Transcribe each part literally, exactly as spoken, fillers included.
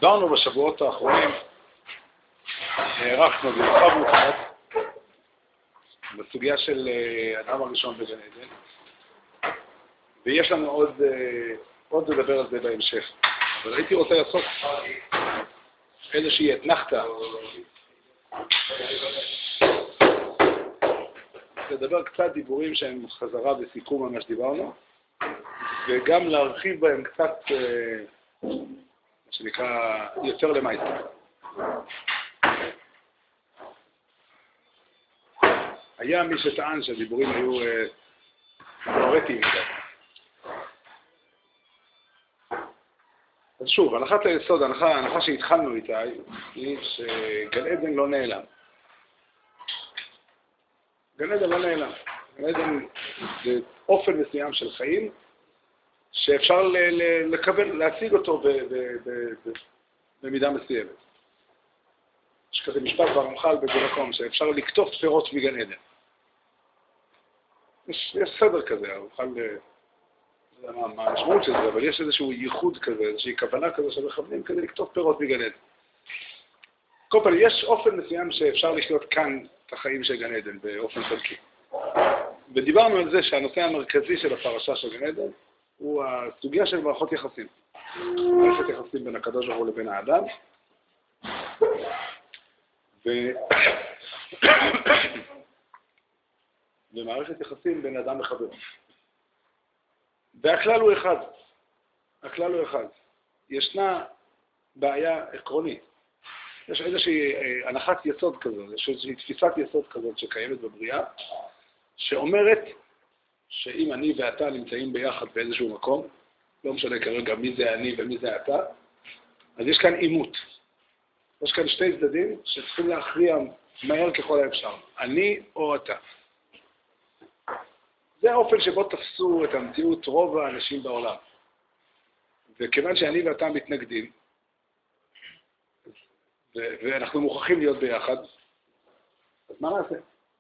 דיברנו בשבועות האחרונים, הערכנו והרחבנו קצת בסוגיה של האדם הראשון בגן עדן, ויש לנו עוד, עוד לדבר על זה בהמשך. אבל הייתי רוצה לעשות איזושהי אתנחתא, לדבר קצת דיבורים שהם חזרה וסיכום על מה שדיברנו, וגם להרחיב בהם קצת, מה שנקרא, יותר למעשה. היה מי שטען שהדיבורים היו תיאורטיים מדי. אז שוב, הנחת היסוד, ההנחה, ההנחה שהתחלנו איתה, היא שגן עדן לא נעלם. גן עדן לא נעלם. גן עדן זה אופן מסוים של חיים, שאפשר לקבל, להציג אותו במידה מסוימת. יש כזה משפט ברמח"ל בכל מקום, שאפשר לקטוף פירות מגן עדן. יש, יש סדר כזה, הרמח"ל, לא יודע מה המשמעות של זה, אבל יש איזשהו ייחוד כזה, איזושהי כוונה כזה שמכוונים כדי לקטוף פירות מגן עדן. כל פעם, יש אופן מסוים שאפשר לחיות כאן את החיים של גן עדן באופן חלקי. ודיברנו על זה שהנושא המרכזי של הפרשה של גן עדן הוא הסוגיה של מערכות יחסים. מערכת יחסים בין הקדוש ברוך הוא לבין האדם. ו... ומערכת יחסים בין אדם לחבר. והכלל הוא אחד. הכלל הוא אחד. ישנה בעיה עקרונית. יש איזושהי הנחת יסוד כזאת, יש איזושהי תפיסת יסוד כזאת שקיימת בבריאה, שאומרת שאם אני ואתה נמצאים ביחד באיזשהו מקום, לא משנה כרגע מי זה אני ומי זה אתה, אז יש כאן עימות. יש כאן שתי צדדים שצריכים להכריע מהר ככל האפשר, אני או אתה. זה האופן שבו תפסו את המציאות רוב האנשים בעולם. וכיוון שאני ואתה מתנגדים, ואנחנו מוכרחים להיות ביחד, אז מה נעשה?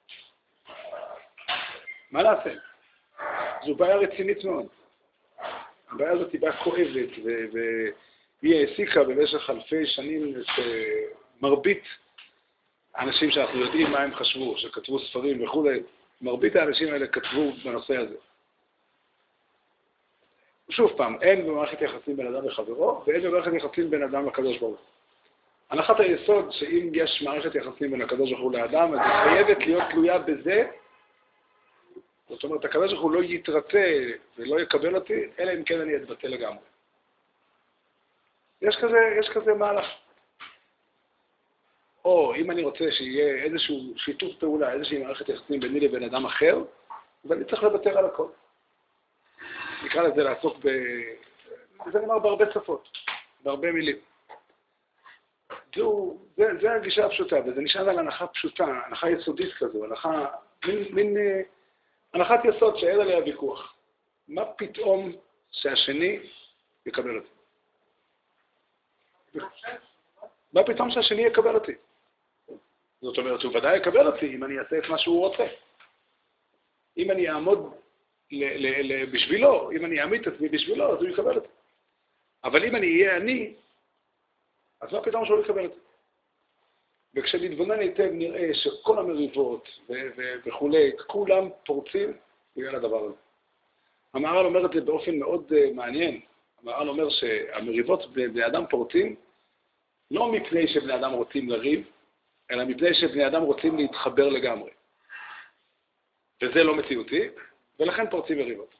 מה נעשה? זו בעיה רצינית מאוד. הבעיה הזאת היא בעיה כואבת, והיא העסיקה במשך אלפי שנים את מרבית האנשים שאנחנו יודעים מה הם חשבו, שכתבו ספרים וכו'. מרבית האנשים האלה כתבו בנושא הזה. שוב פעם, אין במערכת יחסים בין אדם לחברו, ואין במערכת יחסים בין אדם לקדוש ברוך הוא. הנחת היסוד שאם יש מערכת יחסים בין הקדוש ברוך הוא לאדם, אז היא חייבת להיות תלויה בזה. זאת אומרת, הקדוש ברוך הוא לא יתרצה ולא יקבל אותי, אלא אם כן אני אתבטא לגמרי. יש כזה, יש כזה מהלך. או אם אני רוצה שיהיה איזשהו שיתוף פעולה, איזושהי מערכת יחסים ביני לבין אדם אחר, אז אני צריך לוותר על הכל. נקרא לזה לעסוק ב... זה נאמר בהרבה שפות, בהרבה מילים. זו, זה, זה הגישה הפשוטה, וזה נשאר על הנחה פשוטה, הנחה יסודית כזו, הנחה, מין, מין, הנחת יסוד שאין עליה ויכוח. מה פתאום שהשני יקבל אותי? מה פתאום שהשני יקבל אותי? זאת אומרת, הוא ודאי יקבל אותי אם אני אעשה את מה שהוא רוצה. אם אני אעמוד ל- ל- ל- בשבילו, אם אני אעמיד את עצמי בשבילו, אז הוא יקבל אותי. אבל אם אני אהיה אני, אז מה פתאום שהוא יקבל אותי? וכשנתבונן היטב נראה שכל המריבות ו- ו- וכולי, כולם פורצים בגלל הדבר הזה. המהר"ל אומר את זה באופן מאוד uh, מעניין. המהר"ל אומר שהמריבות בני אדם פורצים לא מפני שבני אדם רוצים לריב, אלא מפני שבני אדם רוצים להתחבר לגמרי. וזה לא מציאותי, ולכן פורצים מריבות.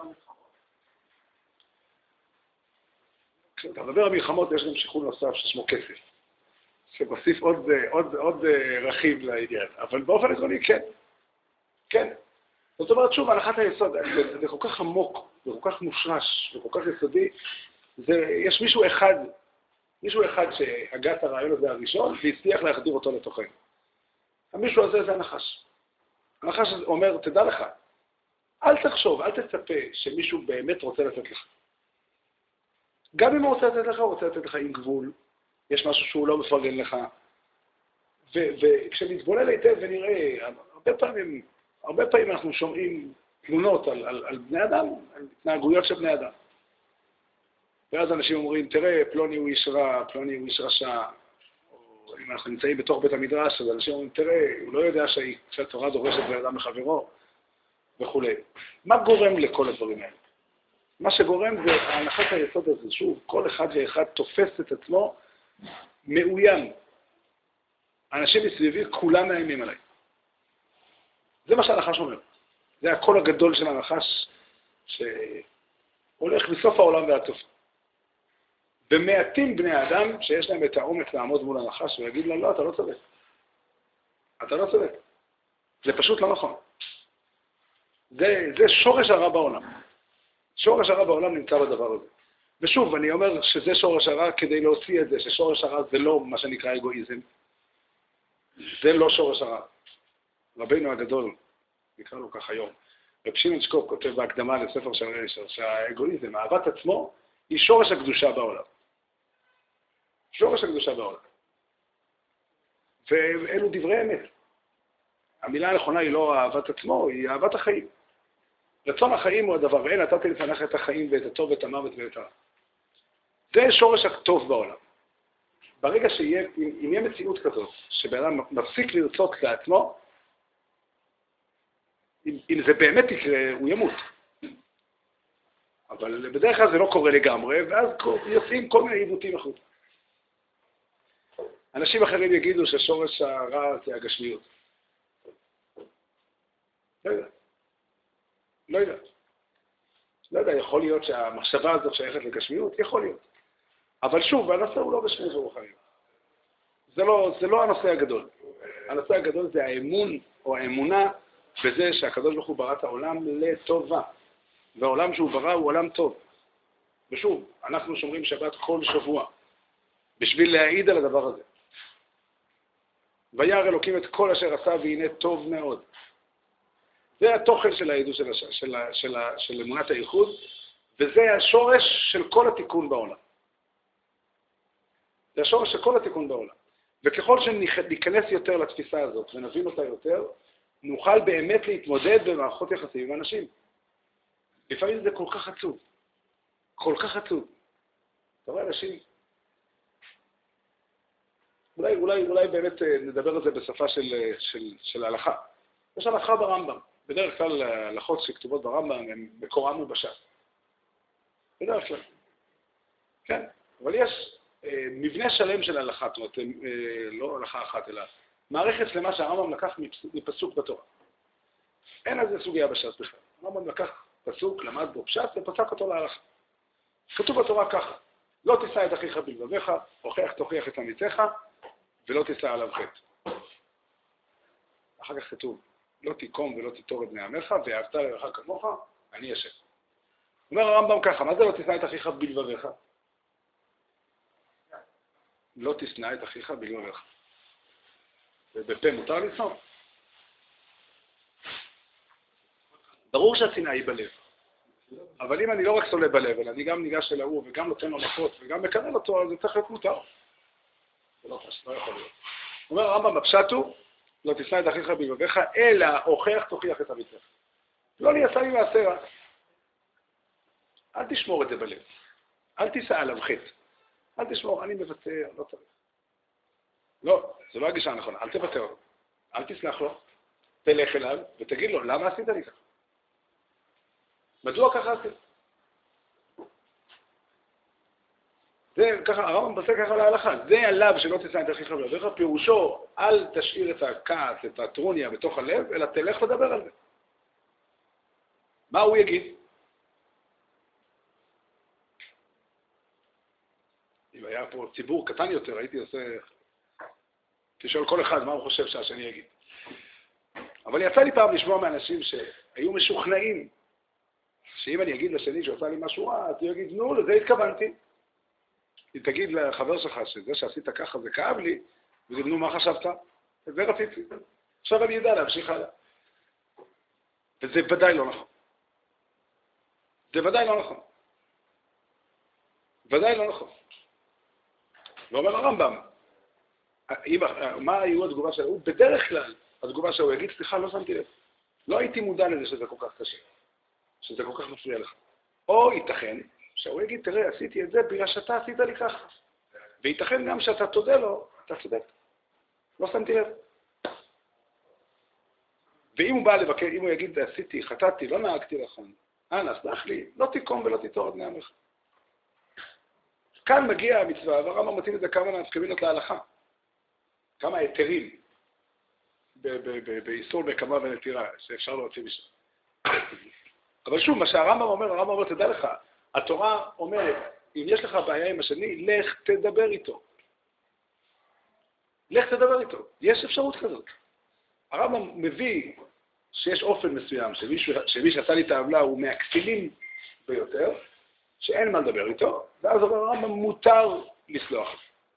כשאתה מדבר על מלחמות, יש גם שיקול נוסף ששמו כסף, שמוסיף עוד, עוד, עוד רכיב לעניין, אבל באופן עקרוני כן. כן. זאת אומרת, שוב, הנחת היסוד, זה, זה כל כך עמוק, זה כל כך מושרש, זה כל כך יסודי, זה, יש מישהו אחד, מישהו אחד שהגה את הרעיון הזה הראשון, והצליח להחדיר אותו לתוכנו. המישהו הזה זה הנחש. הנחש אומר, תדע לך, אל תחשוב, אל תצפה שמישהו באמת רוצה לתת לך. גם אם הוא רוצה לתת לך, הוא רוצה לתת לך עם גבול, יש משהו שהוא לא מפרגן לך. וכשנתבונן היטב ונראה, הרבה פעמים, הרבה פעמים אנחנו שומעים תלונות על, על, על בני אדם, על התנהגויות של בני אדם. ואז אנשים אומרים, תראה, פלוני הוא איש רע, פלוני הוא איש רשע, או אם אנחנו נמצאים בתוך בית המדרש, אז אנשים אומרים, תראה, הוא לא יודע שהתורה דורשת באדם מחברו, וכו'. מה גורם לכל הדברים האלה? מה שגורם זה ההנחת היסוד הזה, שוב, כל אחד ואחד תופס את עצמו מאוים. האנשים מסביבי כולם מאיימים עליי. זה מה שהנחש אומר. זה הקול הגדול של הנחש שהולך בסוף העולם ועד סוף. ומעטים בני האדם שיש להם את האומץ לעמוד מול הנחש ויגיד לה, לא, אתה לא צודק. אתה לא צודק. זה פשוט לא נכון. זה, זה שורש הרע בעולם. שורש הרע בעולם נמצא בדבר הזה. ושוב, אני אומר שזה שורש הרע כדי להוציא את זה, ששורש הרע זה לא מה שנקרא אגואיזם. זה לא שורש הרע. רבינו הגדול, נקרא לו כך היום, רב שמעון שקופ כותב בהקדמה לספר של רש"ר, שהאגואיזם, אהבת עצמו, היא שורש הקדושה בעולם. שורש הקדושה בעולם. ואלו דברי אמת. המילה הנכונה היא לא אהבת עצמו, היא אהבת החיים. רצון החיים הוא הדבר, ואין נתתי לפניך את החיים ואת הטוב ואת המוות ואת הרע. זה שורש הטוב בעולם. ברגע שיהיה, אם יהיה מציאות כזאת, שבן אדם מפסיק לרצות לעצמו, אם, אם זה באמת יקרה, הוא ימות. אבל בדרך כלל זה לא קורה לגמרי, ואז יוצאים כל מיני עיוותים החוצה. אנשים אחרים יגידו ששורש הרע זה הגשמיות. לא יודע. לא יודע. לא יודע, יכול להיות שהמחשבה הזאת שייכת לגשמיות, יכול להיות. אבל שוב, הנושא הוא לא גשמיות ורוחניות. זה לא, זה לא הנושא הגדול. הנושא הגדול זה האמון או האמונה בזה שהקדוש ברוך הוא ברא את העולם לטובה. והעולם שהוא ברא הוא עולם טוב. ושוב, אנחנו שומרים שבת כל שבוע, בשביל להעיד על הדבר הזה. וירא אלוקים את כל אשר עשה והנה טוב מאוד. זה התוכן של העידוד של, של, של, של, של אמונת הייחוד, וזה השורש של כל התיקון בעולם. זה השורש של כל התיקון בעולם. וככל שניכנס יותר לתפיסה הזאת ונבין אותה יותר, נוכל באמת להתמודד במערכות יחסים עם אנשים. לפעמים זה כל כך עצוב. כל כך עצוב. אתה רואה אנשים... אולי, אולי, אולי באמת נדבר על זה בשפה של, של, של ההלכה. יש הלכה ברמב"ם. בדרך כלל הלכות שכתובות ברמב"ם הן מקורן ובש"ס. בדרך כלל. כן, אבל יש אה, מבנה שלם של הלכה, זאת אומרת, אה, לא הלכה אחת, אלא מערכת שלמה שהרמב"ם לקח מפסוק בתורה. אין על זה סוגיה בש"ס בכלל. הרמב"ם לקח פסוק, למד בו פשט ופסק אותו להלכה. כתוב בתורה ככה, לא תישא את אחיך בלבביך, הוכיח תוכיח את אמיתך, ולא תישא עליו חטא. אחר כך כתוב, לא תיקום ולא תיטור את בני עמך, ואהבת לרעך כמוך, אני השם. אומר הרמב"ם ככה, מה זה לא תשנא את אחיך בלבביך? לא תשנא את אחיך בלבביך. ובפה מותר לשנוא. ברור שהשנאה היא בלב. אבל אם אני לא רק סולה בלב, אלא אני גם ניגש אל ההוא וגם נותן לו מכות וגם מקלל אותו, אז זה צריך להיות מותר. זה לא, לא יכול להיות. אומר הרמב"ם, הפשט הוא, לא תשנא את אחיך בלבביך, אלא הוכח תוכיח את אמיתך. לא נעשה לי מעשה רע. אל תשמור את זה בלב. אל תישא עליו חטא. אל תשמור, אני מבטר, לא צריך. לא, זה לא הגישה הנכונה, אל תבטר. אל תסלח לו, תלך אליו ותגיד לו, למה עשית לי ככה? מדוע ככה עשית? זה ככה, הרמב"ם פוסק ככה להלכה. זה עליו שלא תשנא את אחיך בלבביך, פירושו, אל תשאיר את הכעס, את הטרוניה בתוך הלב, אלא תלך לדבר על זה. מה הוא יגיד? אם היה פה ציבור קטן יותר, הייתי עושה... תשאול כל אחד מה הוא חושב שהשני יגיד. אבל יצא לי פעם לשמוע מאנשים שהיו משוכנעים, שאם אני אגיד לשני שעושה לי משהו רע, אז הוא יגיד, נו, לזה התכוונתי. אם תגיד לחבר שלך שזה שעשית ככה זה כאב לי, וזה, נו, מה חשבת? את זה רציתי. עכשיו אני יודע להמשיך הלאה. וזה ודאי לא נכון. זה ודאי לא נכון. ודאי לא נכון. ואומר הרמב"ם, מה היו התגובה שלו? הוא בדרך כלל, התגובה שלו, הוא יגיד, סליחה, לא שמתי לב. לא הייתי מודע לזה שזה כל כך קשה. שזה כל כך מפריע לך. או ייתכן שהוא יגיד, תראה, עשיתי את זה בגלל שאתה עשית לי ככה. וייתכן גם שאתה תודה לו, אתה צודק. לא שמתי לב. ואם הוא בא לבקר, אם הוא יגיד, עשיתי, חטאתי, לא נהגתי נכון, אנא, סלח לי, לא תיקום ולא תיטור עד בני עמך. כאן מגיע המצווה, והרמב"ם מתאים את זה כמה נפקמינות להלכה. כמה היתרים באיסור נקמה ונטירה, שאפשר להוציא משם. אבל שוב, מה שהרמב"ם אומר, הרמב"ם אומר, תדע לך, התורה אומרת, אם יש לך בעיה עם השני, לך תדבר איתו. לך תדבר איתו. יש אפשרות כזאת. הרמב"ם מביא שיש אופן מסוים, שמי שעשה לי את העוולה הוא מהכסילים ביותר, שאין מה לדבר איתו, ואז הרמב"ם מותר לסלוח.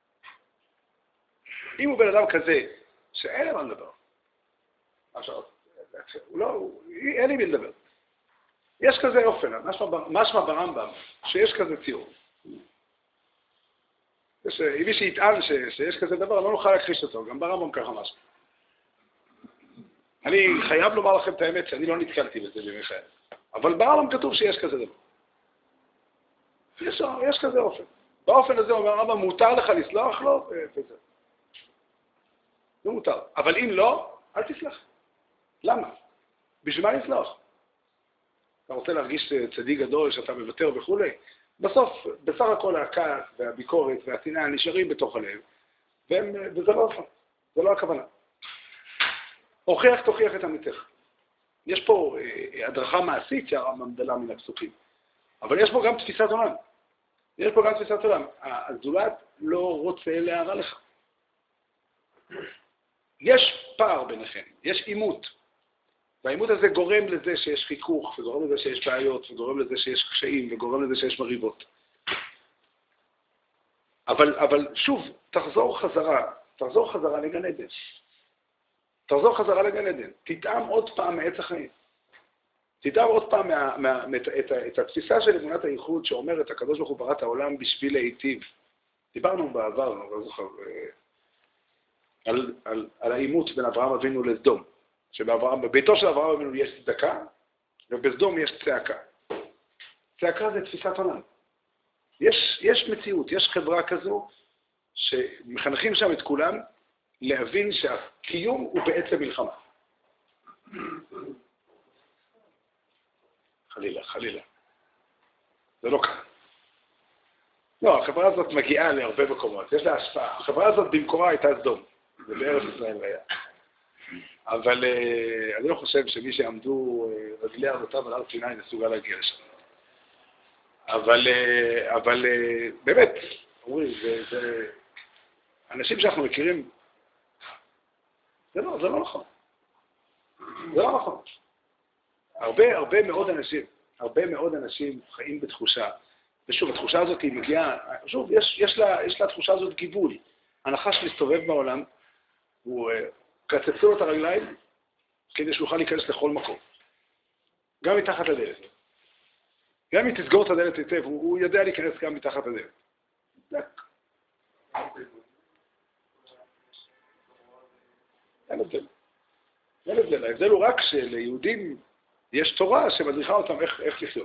אם הוא בן אדם כזה, שאין לי מה לדבר, עכשיו, לא, אין לי מי לדבר. יש כזה אופן, משמע ברמב"ם, שיש כזה ציור. אם מי שיטען שיש כזה דבר, לא נוכל להכחיש אותו, גם ברמב"ם ככה משהו. אני חייב לומר לכם את האמת שאני לא נתקלתי בזה בימי חיי. אבל ברמב"ם כתוב שיש כזה דבר. יש, יש כזה אופן. באופן הזה אומר הרמב"ם, מותר לך לסלוח לו, וזה. זה מותר. אבל אם לא, אל תסלח. למה? בשביל מה לסלוח? אתה רוצה להרגיש צדיק גדול שאתה מוותר וכו'. בסוף, בסך הכל הכעס והביקורת והשנאה נשארים בתוך הלב, והם, וזה לא אופן. זה לא הכוונה. הוכיח תוכיח את עמיתך. יש פה אה, הדרכה מעשית שהרמב"ם דלה מן הפסוקים. אבל יש פה גם תפיסת עולם. יש פה גם תפיסת עולם. הזולת לא רוצה להרע לך. יש פער ביניכם, יש עימות. והעימות הזה גורם לזה שיש חיכוך, וגורם לזה שיש בעיות, וגורם לזה שיש קשיים, וגורם לזה שיש מריבות. אבל, אבל שוב, תחזור חזרה, תחזור חזרה לגן עדן. תחזור חזרה לגן עדן. תטעם עוד פעם מעץ החיים. תטעם עוד פעם מה, מה, מה, את, את, את התפיסה של אמונת הייחוד שאומרת, הקדוש ברוך הוא ברא את העולם בשביל להיטיב. דיברנו בעבר, אני לא זוכר, על, על, על העימות בין אברהם אבינו לסדום. שבאברהם, בביתו של אברהם אבינו יש צדקה, ובסדום יש צעקה. צעקה זה תפיסת עולם. יש, יש מציאות, יש חברה כזו, שמחנכים שם את כולם, להבין שהקיום הוא בעצם מלחמה. חלילה, חלילה. זה לא כאן. לא, החברה הזאת מגיעה להרבה מקומות, יש לה השפעה. החברה הזאת במקורה הייתה סדום, זה בארץ ישראל היה. אבל אני לא חושב שמי שעמדו רגלי אבותיו על הר סיני מסוגל להגיע לשם. אבל, אבל באמת, אומרים, זה, זה, אנשים שאנחנו מכירים, זה לא, זה לא נכון. זה לא נכון. הרבה, הרבה מאוד אנשים, הרבה מאוד אנשים חיים בתחושה, ושוב, התחושה הזאת היא מגיעה, שוב, יש, יש לה, יש לה תחושה הזאת גיבול. הנחש מסתובב בעולם, הוא קצצו לו את הרגליים, כדי שהוא יוכל להיכנס לכל מקום. גם מתחת לדלת. גם אם תסגור את הדלת היטב, הוא, הוא יודע להיכנס גם מתחת לדלת. אין הבדל. אין הבדל. ההבדל הוא רק שליהודים יש תורה שמדריכה אותם איך, איך לחיות.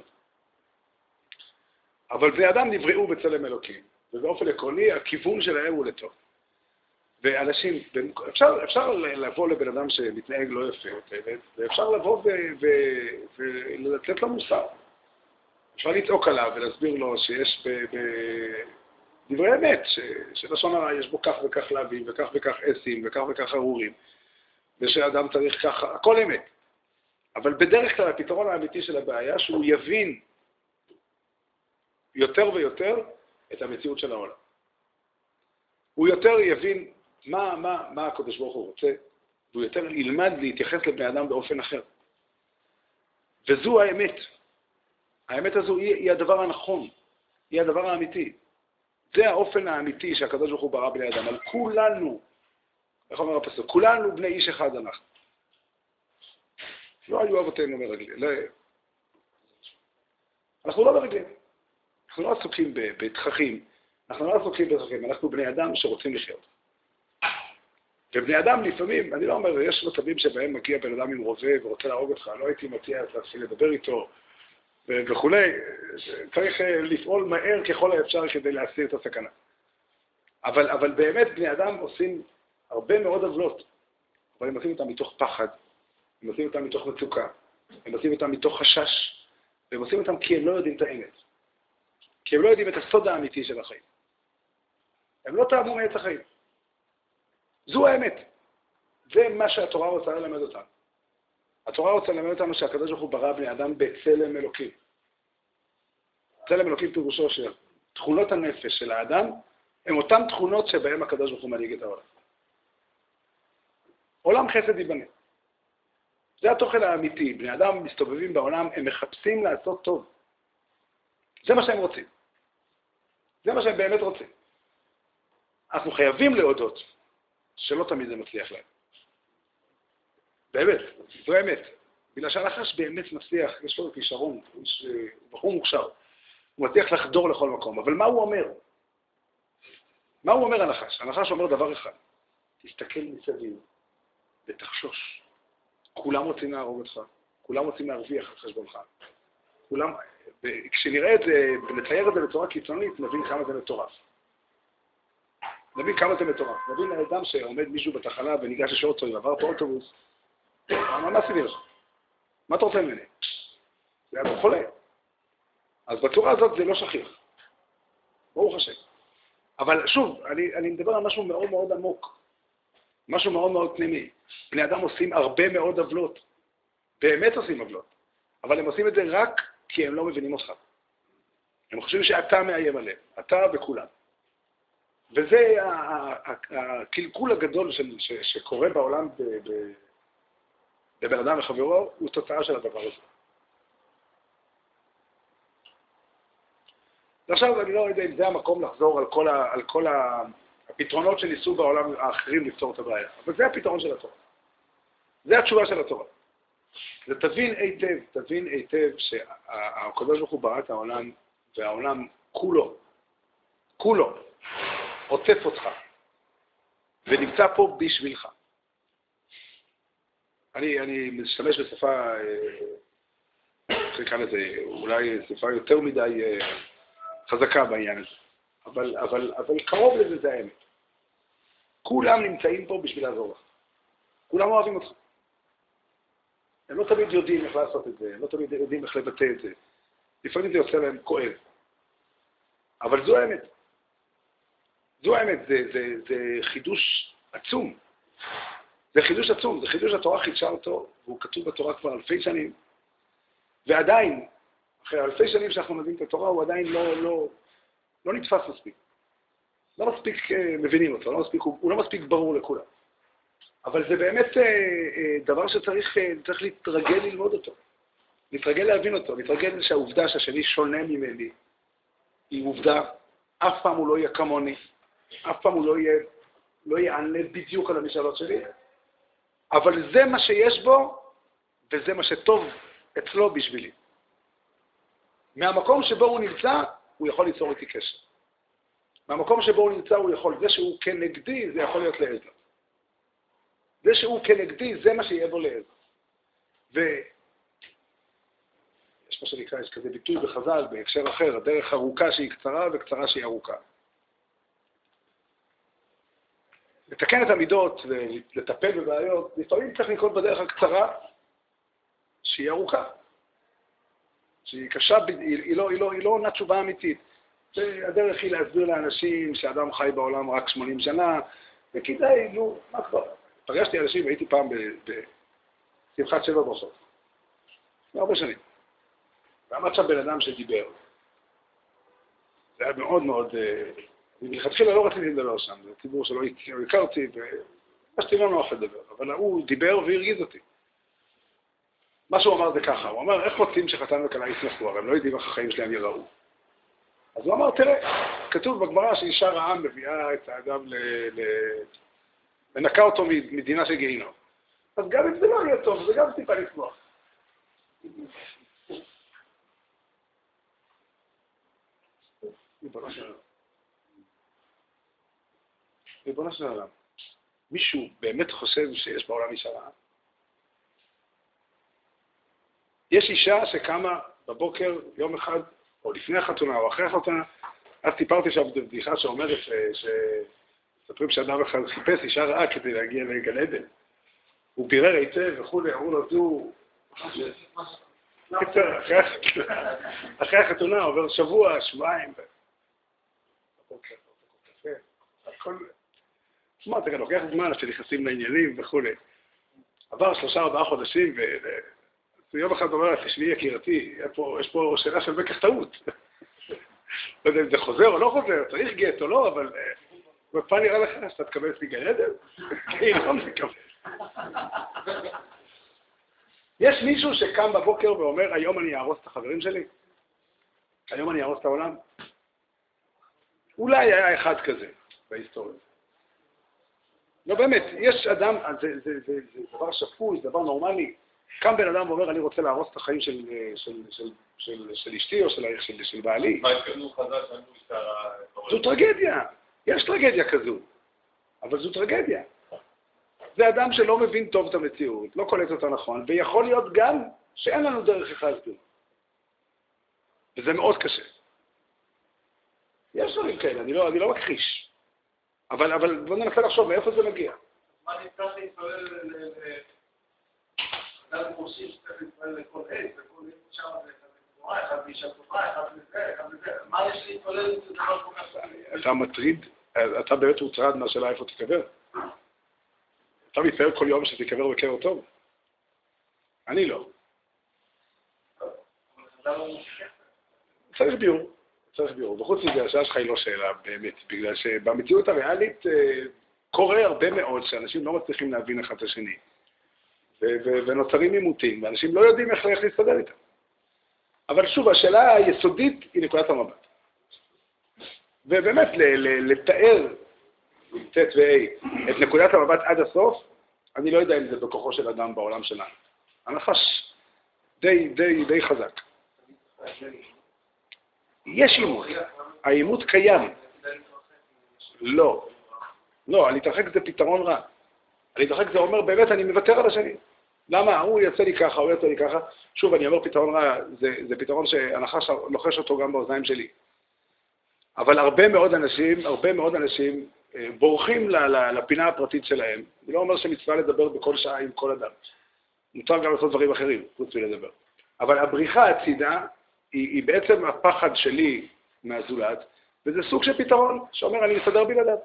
אבל בני אדם נבראו בצלם אלוקים, ובאופן עקרוני הכיוון שלהם הוא לטוב. ואנשים, אפשר, אפשר לבוא לבן אדם שמתנהג לא יפה, ואפשר לבוא ולתת לו מוסר. אפשר לצעוק עליו ולהסביר לו שיש בדברי אמת, שלשון הרע יש בו כך וכך להבים, וכך וכך עשים, וכך וכך ארורים, ושאדם צריך ככה, הכל אמת. אבל בדרך כלל הפתרון האמיתי של הבעיה, שהוא יבין יותר ויותר את המציאות של העולם. הוא יותר יבין מה, מה, מה הקדוש ברוך הוא רוצה, והוא יותר ילמד להתייחס לבני אדם באופן אחר. וזו האמת. האמת הזו היא, היא הדבר הנכון, היא הדבר האמיתי. זה האופן האמיתי שהקדוש ברוך הוא ברא בני אדם. על כולנו, איך אומר הפסוק? כולנו בני איש אחד אנחנו. לא היו אבותינו מרגלים. לא... אנחנו לא מרגלים. אנחנו לא עסוקים בתככים. אנחנו לא עסוקים בתככים. אנחנו בני אדם שרוצים לחיות. ובני אדם לפעמים, אני לא אומר, יש מצבים שבהם מגיע בן אדם עם רובה ורוצה להרוג אותך, לא הייתי מציע להתחיל לדבר איתו, וכולי, צריך לפעול מהר ככל האפשר כדי להסיר את הסכנה. אבל, אבל באמת בני אדם עושים הרבה מאוד עוולות, אבל הם עושים אותם מתוך פחד, הם עושים אותם מתוך מצוקה, הם עושים אותם מתוך חשש, והם עושים אותם כי הם לא יודעים את האמת. כי הם לא יודעים את הסוד האמיתי של החיים. הם לא טעמו מעץ החיים. זו האמת. זה מה שהתורה רוצה ללמד אותנו. התורה רוצה ללמד אותנו שהקדוש ברוך הוא ברא בני אדם בצלם אלוקים. צלם אלוקים פירושו שתכונות הנפש של האדם הן אותן תכונות שבהן הקדוש ברוך הוא מנהיג את העולם. עולם חסד ייבנה. זה התוכן האמיתי. בני אדם מסתובבים בעולם, הם מחפשים לעשות טוב. זה מה שהם רוצים. זה מה שהם באמת רוצים. אנחנו חייבים להודות שלא תמיד זה מצליח להם. באמת, זו האמת. בגלל שהנחש באמת מצליח, יש לו כישרון, הוא בחור מוכשר. הוא מצליח לחדור לכל מקום. אבל מה הוא אומר? מה הוא אומר הנחש? הנחש אומר דבר אחד. תסתכל מסביב ותחשוש. כולם רוצים להרוג אותך, כולם רוצים להרוויח על חשבונך. כולם, כשנראה את זה, נצייר את זה בצורה קיצונית, נבין כמה זה מטורף. נבין כמה זה מטורף. נבין לאדם שעומד מישהו בתחנה וניגש לשאול אותו, עבר פה אוטובוס. מה, מה עשיתי לך? מה אתה רוצה ממני? זה היה חולה. אז בצורה הזאת זה לא שכיח. ברוך השם. אבל שוב, אני, אני מדבר על משהו מאוד מאוד עמוק. משהו מאוד מאוד פנימי. בני אדם עושים הרבה מאוד עוולות. באמת עושים עוולות. אבל הם עושים את זה רק כי הם לא מבינים אותך. הם חושבים שאתה מאיים עליהם. אתה וכולם. וזה הקלקול הגדול של, ש, שקורה בעולם ב, ב, בבן אדם וחברו, הוא תוצאה של הדבר הזה. ועכשיו אני לא יודע אם זה המקום לחזור על כל, ה, על כל ה, הפתרונות שניסו בעולם האחרים לפתור את הבעיה. אבל זה הפתרון של התורה. זה התשובה של התורה. זה תבין היטב, תבין היטב שהקדוש ברוך הוא ברא את העולם, והעולם כולו, כולו, עוטף אותך, ונמצא פה בשבילך. אני, אני משתמש בשפה, איך נקרא לזה, אולי שפה יותר מדי חזקה בעניין הזה, אבל, אבל, אבל קרוב לזה זה האמת. כולם נמצאים פה בשביל לעזור לך. כולם אוהבים אותך. הם לא תמיד יודעים איך לעשות את זה, הם לא תמיד יודעים איך לבטא את זה. לפעמים זה יוצא להם כואב. אבל זו האמת. זו האמת, זה, זה, זה חידוש עצום. זה חידוש עצום, זה חידוש התורה חידשה אותו, והוא כתוב בתורה כבר אלפי שנים. ועדיין, אחרי אלפי שנים שאנחנו מבינים את התורה, הוא עדיין לא, לא, לא נתפס מספיק. לא מספיק מבינים אותו, לא מספיק, הוא, הוא לא מספיק ברור לכולם. אבל זה באמת דבר שצריך צריך להתרגל ללמוד אותו. להתרגל להבין אותו, להתרגל שהעובדה שהשני שונה ממני, היא עובדה, אף פעם הוא לא יהיה כמוני, אף פעם הוא לא יהיה, לא יענה בדיוק על המשאלות שלי, אבל זה מה שיש בו, וזה מה שטוב אצלו בשבילי. מהמקום שבו הוא נמצא, הוא יכול ליצור איתי קשר. מהמקום שבו הוא נמצא, הוא יכול, זה שהוא כנגדי, זה יכול להיות לעזר. זה שהוא כנגדי, זה מה שיהיה בו לעזר. ויש מה שנקרא, יש כזה ביטוי בחז"ל, בהקשר אחר, הדרך ארוכה שהיא קצרה וקצרה שהיא ארוכה. לתקן את המידות ולטפל בבעיות, לפעמים צריך לנקוט בדרך הקצרה שהיא ארוכה. שהיא קשה, היא לא, היא לא, היא לא עונה תשובה אמיתית. הדרך היא להסביר לאנשים שאדם חי בעולם רק שמונים שנה, וכדאי, נו, מה כבר? פגשתי אנשים, הייתי פעם בשמחת שבע ברכות. הרבה שנים. ועמד שם בן אדם שדיבר. זה היה מאוד מאוד... מלכתחילה לא רציתי לדבר שם, זה ציבור שלא הכרתי, ופשתי לא נוח לדבר, אבל הוא דיבר והרגיז אותי. מה שהוא אמר זה ככה, הוא אמר, איך רוצים שחתן וכלה ישמחו? הרי הם לא יודעים איך החיים שלהם יראו. אז הוא אמר, תראה, כתוב בגמרא שאישה רעה מביאה את האדם ל... ל... לנקה אותו מדינה של גיהינום. אז גם אם זה לא יהיה טוב, זה גם טיפה לשמוח. ריבונו של עולם. ריבונו של עולם. מישהו באמת חושב שיש בעולם אישה רעה? יש אישה שקמה בבוקר, יום אחד, או לפני החתונה, או אחרי החתונה, אז סיפרתי שם בדיחה שאומרת שספרים שאדם אחד חיפש אישה רעה כדי להגיע לגן עדן. הוא בירר היטב וכולי, אמרו לו, זו... אחרי החתונה עובר שבוע, שבועיים. בבוקר, בבוקר, הכל... שמע, אתה גם לוקח זמן שנכנסים לעניינים וכולי. עבר שלושה ארבעה חודשים, ויום אחד אומר לה, תשמעי יקירתי, יש פה שאלה של בקח טעות. לא יודע אם זה חוזר או לא חוזר, צריך גט או לא, אבל בפעם נראה לך שאתה תקבל אצלי גן עדן? כן, לא מקבל. יש מישהו שקם בבוקר ואומר, היום אני אהרוס את החברים שלי? היום אני אהרוס את העולם? אולי היה אחד כזה בהיסטוריה. לא באמת, יש אדם, זה, זה, זה, זה דבר שפוי, זה דבר נורמלי. קם בן אדם ואומר, אני רוצה להרוס את החיים של, של, של, של, של אשתי או של, של, של בעלי. זו טרגדיה, יש טרגדיה כזו, אבל זו טרגדיה. זה אדם שלא מבין טוב את המציאות, לא קולט אותה נכון, ויכול להיות גם שאין לנו דרך אחד להסביר. וזה מאוד קשה. יש דברים כאלה, אני לא, אני לא מכחיש. אבל, אבל בוא ננסה לחשוב מאיפה זה מגיע. מה נצטרך להתפלל ל... אדם חושבים שצריך להתפלל לכל עת, וכל עת שם זה תורה, אחד באישה טובה, אחד בזה, אחד בזה. מה יש להתפלל לזה דבר כל כך? אתה מטריד, אתה באמת מוטרד מהשאלה איפה תקבר. אתה מתפלל כל יום שתקבר בקבר טוב? אני לא. צריך ביור. צריך ביור. וחוץ מזה, השאלה שלך היא לא שאלה באמת, בגלל שבמציאות הריאלית קורה הרבה מאוד שאנשים לא מצליחים להבין אחד את השני. ונוצרים עימותים, ואנשים לא יודעים איך להסתדר איתם. אבל שוב, השאלה היסודית היא נקודת המבט. ובאמת, לתאר, ט' ו-A, את נקודת המבט עד הסוף, אני לא יודע אם זה בכוחו של אדם בעולם שלנו. הנחש די, די, די חזק. יש עימות. העימות קיים. לא. לא, להתרחק זה פתרון רע. להתרחק זה אומר, באמת, אני מוותר על השני. למה? הוא יצא לי ככה, הוא יצא לי ככה. שוב, אני אומר פתרון רע, זה, זה פתרון שהנחש לוחש אותו גם באוזניים שלי. אבל הרבה מאוד אנשים, הרבה מאוד אנשים בורחים לפינה הפרטית שלהם. אני לא אומר שמצווה לדבר בכל שעה עם כל אדם. מותר גם לעשות דברים אחרים, חוץ מלדבר. אבל הבריחה הצידה היא, היא בעצם הפחד שלי מהזולת, וזה סוג של פתרון שאומר, אני מסתדר בלעדיו.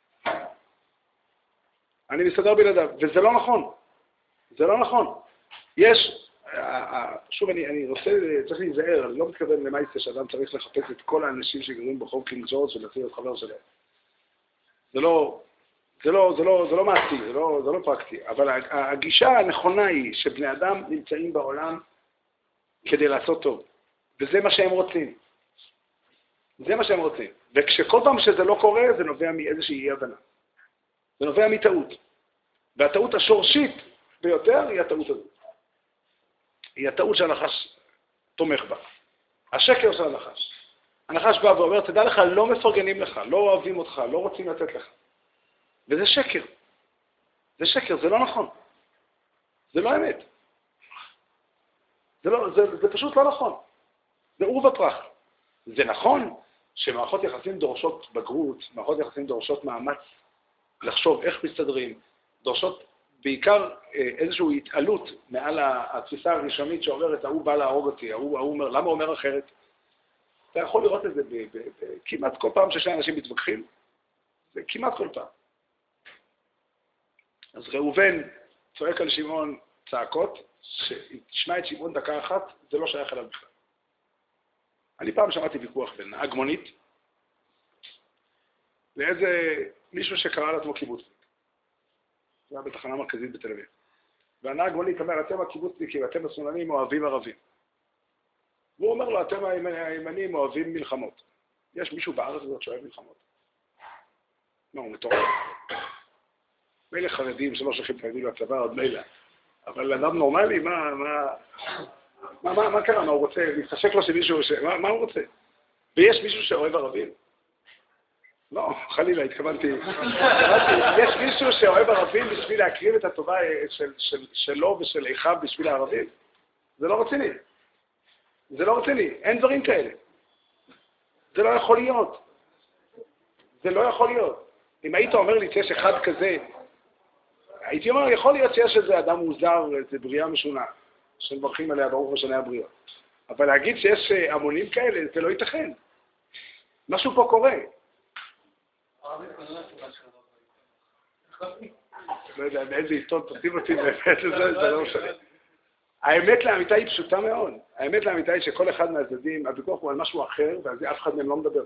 אני מסתדר בלעדיו, וזה לא נכון. זה לא נכון. יש, שוב, אני, אני רוצה, צריך להיזהר, אני לא מתכוון למעשה שאדם צריך לחפש את כל האנשים שגרים ברחוב קינג ג'ורג' ולהציל את חבר שלהם. זה לא, זה לא, זה לא, זה לא מעשי, זה לא, זה לא פרקטי, אבל הגישה הנכונה היא שבני אדם נמצאים בעולם כדי לעשות טוב, וזה מה שהם רוצים. זה מה שהם רוצים. וכשכל פעם שזה לא קורה, זה נובע מאיזושהי אי הבנה. זה נובע מטעות. והטעות השורשית ביותר היא הטעות הזאת. היא הטעות שהנחש תומך בה. השקר של הנחש. הנחש בא ואומר, תדע לך, לא מפרגנים לך, לא אוהבים אותך, לא רוצים לתת לך. וזה שקר. זה שקר, זה לא נכון. זה לא אמת. זה, לא, זה, זה פשוט לא נכון. זה עור ופרח. זה נכון שמערכות יחסים דורשות בגרות, מערכות יחסים דורשות מאמץ לחשוב איך מסתדרים, דורשות בעיקר איזושהי התעלות מעל התפיסה הראשונית שאומרת, ההוא בא להרוג אותי, ההוא, ההוא אומר, למה הוא אומר אחרת? אתה יכול לראות את זה ב, ב, ב, כמעט כל פעם ששני אנשים מתווכחים, זה כמעט כל פעם. אז ראובן צועק על שמעון צעקות, שתשמע את שמעון דקה אחת, זה לא שייך אליו בכלל. אני פעם שמעתי ויכוח בין נהג מונית לאיזה מישהו שקרא לעצמו קיבוצניק. זה היה בתחנה מרכזית בתל אביב. והנהג מונית אומר, אתם הקיבוצניקים, אתם השמאלנים אוהבים ערבים. והוא אומר לו, אתם הימנים אוהבים מלחמות. יש מישהו בארץ הזאת שאוהב מלחמות? לא, הוא מטורף. מילא חרדים שלא שולחים חרדים לצבא, עוד מילא. אבל אדם נורמלי, מה, מה, מה, מה, מה קרה? מה הוא רוצה? להתחשק לו שמישהו, ש... מה, מה הוא רוצה? ויש מישהו שאוהב ערבים? לא, חלילה, התכוונתי. יש מישהו שאוהב ערבים בשביל להקריב את הטובה של, של, שלו ושל איכיו בשביל הערבים? זה לא רציני. זה לא רציני, אין דברים כאלה. זה לא יכול להיות. זה לא יכול להיות. אם היית אומר לי שיש אחד כזה, הייתי אומר, יכול להיות שיש איזה אדם מוזר, איזה בריאה משונה, שמברכים עליה ברוך משנה הבריאות. אבל להגיד שיש המונים כאלה, זה לא ייתכן. משהו פה קורה. לא יודע, באיזה עיתון תוסיף אותי, זה לא משנה. האמת לאמיתה היא פשוטה מאוד. האמת לאמיתה היא שכל אחד מהצדדים, הוויכוח הוא על משהו אחר, ועל זה אף אחד מהם לא מדבר.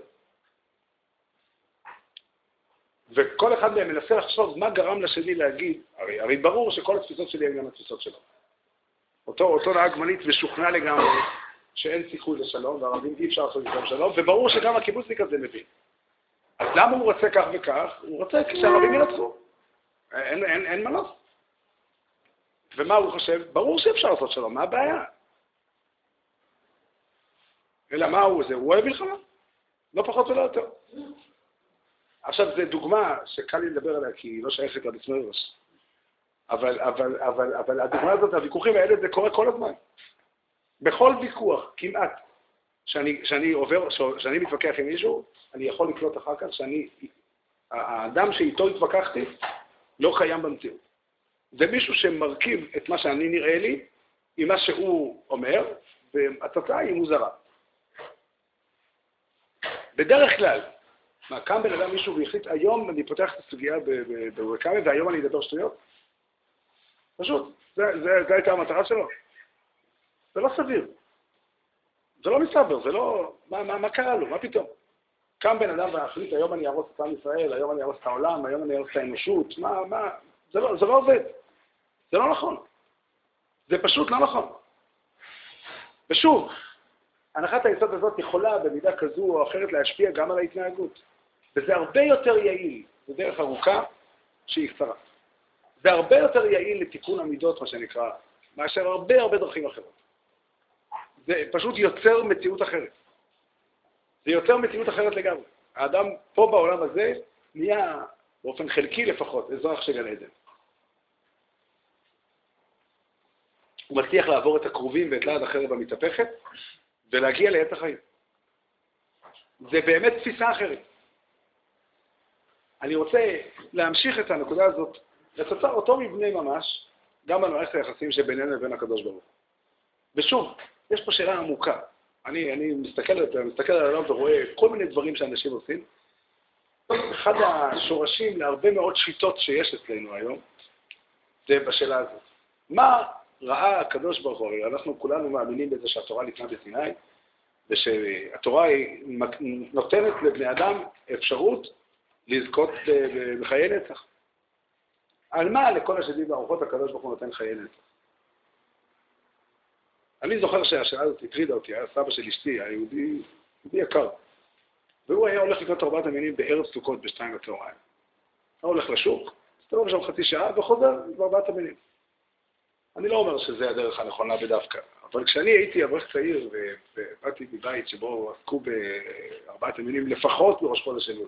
וכל אחד מהם מנסה לחשוב מה גרם לשני להגיד, הרי, הרי ברור שכל התפיסות שלי הן גם התפיסות שלו. אותו, אותו נהג מונית ושוכנע לגמרי שאין סיכוי לשלום, והערבים אי אפשר לעשות איתם שלום, וברור שגם הקיבוצניק הזה מבין. אז למה הוא רוצה כך וכך? הוא רוצה כשהערבים ינצחו. אין, אין, אין מנוס. ומה הוא חושב? ברור שאפשר לעשות שלום, מה הבעיה? אלא מה הוא זה? הוא אוהב מלחמה. לא פחות ולא יותר. עכשיו, זו דוגמה שקל לי לדבר עליה, כי היא לא שייכת לעצמי ראש. אבל, אבל, אבל, אבל הדוגמה הזאת, הוויכוחים האלה, זה קורה כל הזמן. בכל ויכוח, כמעט, שאני, שאני עובר, שאני מתווכח עם מישהו, אני יכול לקלוט אחר כך שאני, האדם שאיתו התווכחתי, לא קיים במציאות. זה מישהו שמרכיב את מה שאני נראה לי, עם מה שהוא אומר, והתוצאה היא מוזרה. בדרך כלל, מה, קם בן אדם מישהו והחליט, היום אני פותח את הסוגיה בווקאמי, והיום אני אדבר שטויות? פשוט, זה, זה, זה הייתה המטרה שלו. זה לא סביר. זה לא מסתבר, זה לא... מה, מה, מה קרה לו? מה פתאום? קם בן אדם והחליט, היום אני ארוס את עם ישראל, היום אני ארוס את העולם, היום אני ארוס את האנושות, מה, מה... זה לא, זה לא עובד. זה לא נכון. זה פשוט לא נכון. ושוב, הנחת היסוד הזאת יכולה במידה כזו או אחרת להשפיע גם על ההתנהגות. וזה הרבה יותר יעיל, זה דרך ארוכה שהיא קצרה. זה הרבה יותר יעיל לתיקון המידות, מה שנקרא, מאשר הרבה הרבה דרכים אחרות. זה פשוט יוצר מציאות אחרת. זה יוצר מציאות אחרת לגמרי. האדם פה בעולם הזה נהיה, באופן חלקי לפחות, אזרח של גן עדן. הוא מצליח לעבור את הקרובים ואת ליד החרב המתהפכת, ולהגיע לעץ החיים. זה באמת תפיסה אחרת. אני רוצה להמשיך את הנקודה הזאת, לצוצר אותו מבנה ממש, גם במערכת היחסים שבינינו לבין הקדוש ברוך הוא. ושוב, יש פה שאלה עמוקה. אני, אני מסתכל, מסתכל על העולם ורואה כל מיני דברים שאנשים עושים. אחד השורשים להרבה מאוד שיטות שיש אצלנו היום, זה בשאלה הזאת. מה ראה הקדוש ברוך הוא? אנחנו כולנו מאמינים בזה שהתורה ניתנה בסיני, ושהתורה נותנת לבני אדם אפשרות לזכות בחיי נצח. על מה לכל השדים והרוחות הקדוש ברוך הוא נותן חיי נצח? אני זוכר שהשאלה הזאת הטרידה אותי, היה סבא של אשתי, היהודי, יהודי יקר. והוא היה הולך לקנות ארבעת המינים בערב סוכות בשתיים בצהריים. הוא הולך לשוק, הסתובב שם חצי שעה וחוזר בארבעת המינים. אני לא אומר שזה הדרך הנכונה בדווקא, אבל כשאני הייתי אברך צעיר ובאתי בבית שבו עסקו בארבעת המינים לפחות בראש חודש אלול.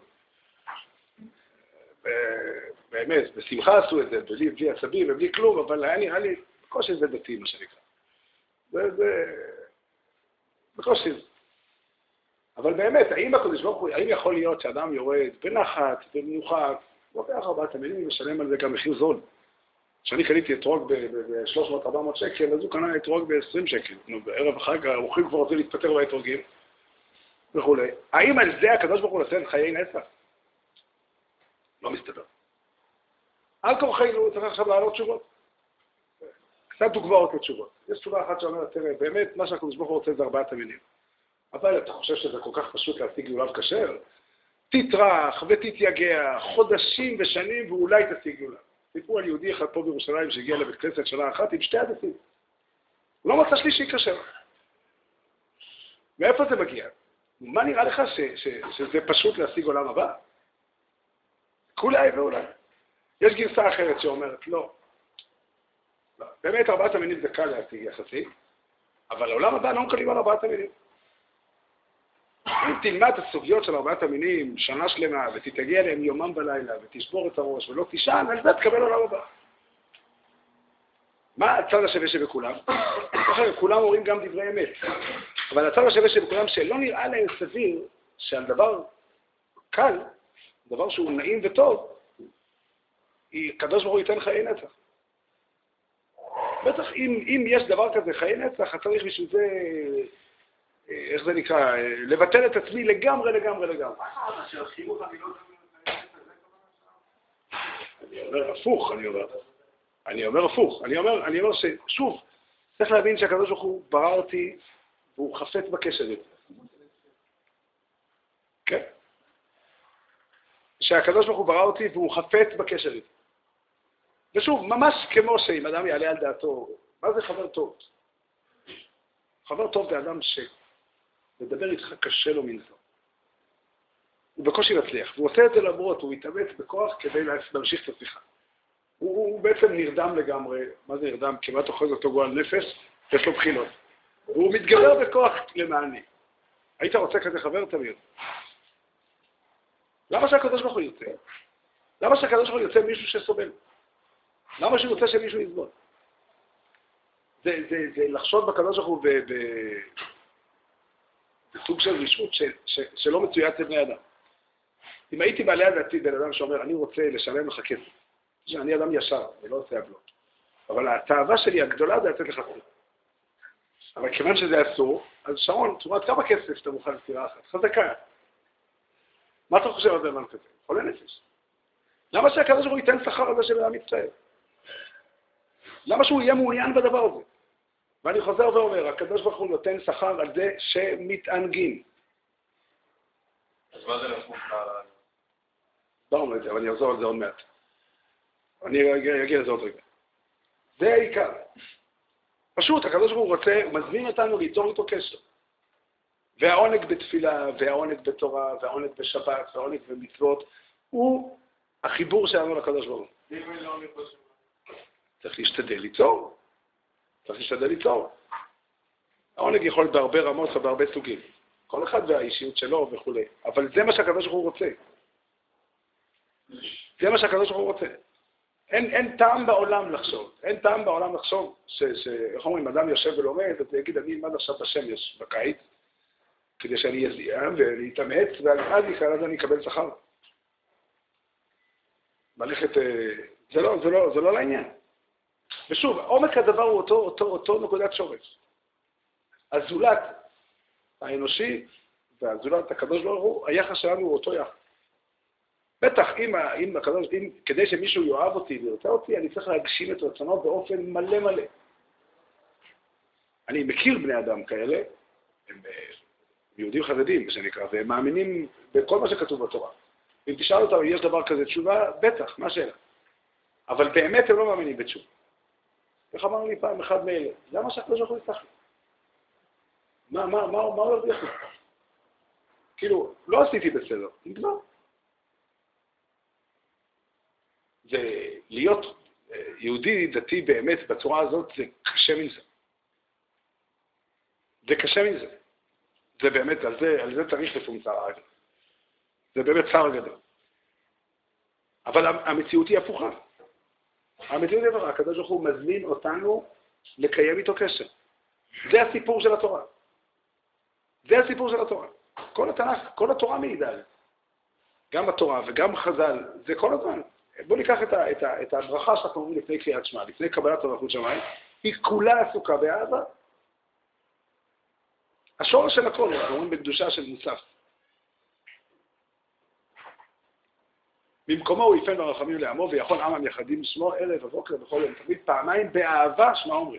באמת, בשמחה עשו את זה, בלי, בלי עצבים ובלי כלום, אבל היה נראה לי בקושי זה דתי, מה שנקרא. זה, זה... בקושי זה. אבל באמת, האם הקדוש ברוך הוא, האם יכול להיות שאדם יורד בנחת, במנוחה, לוקח ארבעת המינים ומשלם על זה גם מחיר זול? כשאני קניתי אתרוג ב-שלוש מאות ארבע מאות שקל, אז הוא קנה אתרוג ב-עשרים שקל. בערב החג, האורחים כבר רוצים להתפטר באתרוגים וכו'. האם על זה הקדוש ברוך הוא נותן חיי נצח? לא מסתדר. על כורחנו צריך עכשיו לעלות תשובות. קצת דוגמאות לתשובות. יש תשובה אחת שאומרת, תראה, באמת מה שהקדוש ברוך הוא רוצה זה ארבעת המינים. אבל אתה חושב שזה כל כך פשוט להשיג גאולת כשר? תטרח ותתייגע חודשים ושנים ואולי תשיג גאולה. סיפרו על יהודי אחד פה בירושלים שהגיע לבית כנסת שנה אחת עם שתי הדסים. הוא לא מצא שלישי כשר. מאיפה זה מגיע? מה נראה לך ש, ש, שזה פשוט להשיג עולם הבא? כולי ואולי. יש גרסה אחרת שאומרת, לא. לא. באמת ארבעת המינים זה קל להשיג יחסי, אבל העולם הבא לא מקלים על ארבעת המינים. אם תלמד את הסוגיות של ארבעת המינים שנה שלמה ותתגיע להם יומם בלילה ותשבור את הראש ולא תישן, על זה תקבל עולם הבא. מה הצד השווה שבכולם? כולם אומרים גם דברי אמת. אבל הצד השווה שבכולם שלא נראה להם סביר שעל דבר קל, דבר שהוא נעים וטוב, הקדוש ברוך הוא ייתן חיי נצח. בטח אם, אם יש דבר כזה חיי נצח, אתה צריך בשביל זה, איך זה נקרא, לבטל את עצמי לגמרי, לגמרי, לגמרי. אני אומר הפוך, אני אומר. אני אומר הפוך. אני אומר, אני אומר ששוב, צריך להבין שהקדוש ברוך הוא ברא אותי, והוא חפץ בקשר איתי. כן? שהקדוש ברוך הוא ברא אותי, והוא חפץ בקשר איתי. ושוב, ממש כמו שאם אדם יעלה על דעתו, מה זה חבר טוב? חבר טוב זה אדם שלדבר איתך קשה לו מנזו. הוא בקושי מצליח, והוא עושה את זה למרות, הוא יתאמץ בכוח כדי להמשיך את השיחה. הוא, הוא בעצם נרדם לגמרי, מה זה נרדם? כמעט אוחז אותו גועל נפש, יש לו בחילות. והוא מתגבר בכוח למעני. היית רוצה כזה חבר תמיר? למה שהקדוש ברוך הוא יוצא? למה שהקדוש ברוך הוא יוצא מישהו שסובל? למה שהוא רוצה שמישהו יסבול? זה, זה, זה לחשוד בקדוש ברוך הוא בסוג של רשעות ש, ש, שלא מצויית לבני אדם. אם הייתי בעלי הדעתי בן אדם שאומר, אני רוצה לשלם לך כסף, שאני אדם ישר, אני לא עושה עוולות. אבל התאווה שלי הגדולה זה לתת לך כסף. אבל כיוון שזה אסור, אז שרון, תמורת כמה כסף אתה מוכן לסתירה אחת? חזקה. מה אתה חושב על זה דבר כזה? חולה נפש. למה שהקדוש ברוך הוא ייתן שכר על זה של אדם מצטער? למה שהוא יהיה מעוניין בדבר הזה? ואני חוזר ואומר, הקדוש ברוך הוא נותן שכר על זה שמתענגים. אז מה זה לפוך על... ברור את זה, אבל אני אחזור על זה עוד מעט. אני אגיע לזה עוד רגע. זה העיקר. פשוט, הקדוש ברוך הוא רוצה, הוא מזמין אותנו ליצור איתו קשר. והעונג בתפילה, והעונג בתורה, והעונג בשבת, והעונג במצוות, הוא החיבור שלנו לקדוש ברוך הוא. צריך להשתדל ליצור. צריך להשתדל ליצור. העונג יכול להיות בהרבה רמות ובהרבה סוגים. כל אחד והאישיות שלו וכו'. אבל זה מה שהקדוש ברוך הוא רוצה. זה מה שהקדוש ברוך הוא רוצה. אין, אין טעם בעולם לחשוב. אין טעם בעולם לחשוב ש, ש, איך אומרים, אדם יושב ולומד, אתה יגיד, אני אלמד עכשיו בשמש בקיץ, כדי שאני אזיעם ואני אתאמץ, ואז אני אקבל שכר. מלכת, זה לא, זה לא, זה לא לעניין. ושוב, עומק הדבר הוא אותו, אותו, אותו נקודת שורש. הזולת האנושי והזולת הקדוש ברוך הוא, היחס שלנו הוא אותו יחס. בטח, אם, אם הקדוש, אם, כדי שמישהו יאהב אותי וירצה אותי, אני צריך להגשים את רצונו באופן מלא מלא. אני מכיר בני אדם כאלה, הם יהודים חרדים, שנקרא, והם מאמינים בכל מה שכתוב בתורה. אם תשאל אותם, יש דבר כזה תשובה, בטח, מה השאלה? אבל באמת הם לא מאמינים בתשובה. איך אמרנו לי פעם אחד מאלה? למה שהקדוש ברוך הוא יפתח לי? מה, מה, מה, מה הוא הרוויח לי? כאילו, לא עשיתי בסדר, נגמר. ולהיות יהודי דתי באמת בצורה הזאת זה קשה מזה. זה קשה מזה. זה באמת, על זה, על זה צריך לפעמים צער אגב. זה באמת צער גדול. אבל המציאות היא הפוכה. המציאות היא הפוכה. הקדוש ברוך הוא מזמין אותנו לקיים איתו קשר. זה הסיפור של התורה. זה הסיפור של התורה. כל התנ"ך, כל התורה מעידה על זה. גם התורה וגם חז"ל, זה כל הזמן. בואו ניקח את, ה, את, ה, את הברכה שאנחנו אומרים לפני קריאת שמע, לפני קבלת מלכות שמיים, היא כולה עסוקה באהבה. השורש של הכל, אנחנו אומרים בקדושה של מוסף. במקומו הוא יפן ברחמים לעמו, ויכול עם המייחדים שמו ערב ובוקר בכל יום, תמיד פעמיים באהבה, שמה אומרים.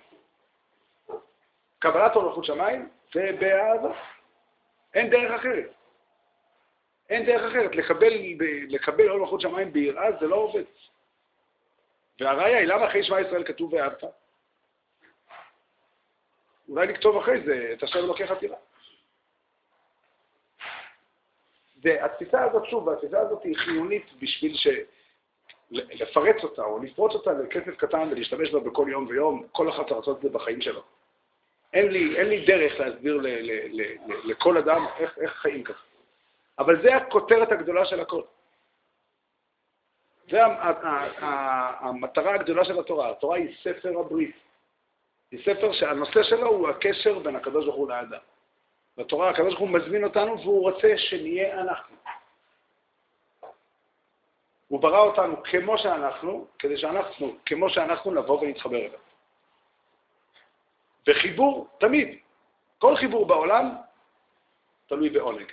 קבלת מלכות שמיים זה באהבה. אין דרך אחרת. אין דרך אחרת. לקבל, לקבל עול מלכות שמיים ביראה זה לא עובד. והראיה היא למה אחרי שמע ישראל כתוב ואהבת? אולי נכתוב אחרי זה את השם אלוקיך תירא. והתפיסה הזאת, שוב, והתפיסה הזאת היא חיונית בשביל ש... לפרץ אותה או לפרוץ אותה לכסף קטן ולהשתמש בה בכל יום ויום, כל אחד לעשות את זה בחיים שלו. אין לי, אין לי דרך להסביר ל, ל, ל, ל, לכל אדם איך, איך חיים ככה. אבל זה הכותרת הגדולה של הכל. זה המטרה הגדולה של התורה. התורה היא ספר הברית. היא ספר שהנושא שלו הוא הקשר בין הקדוש ברוך הוא לאדם. בתורה הקדוש ברוך הוא מזמין אותנו והוא רוצה שנהיה אנחנו. הוא ברא אותנו כמו שאנחנו, כדי שאנחנו, כמו שאנחנו נבוא ונתחבר אליו. וחיבור, תמיד, כל חיבור בעולם, תלוי בעונג.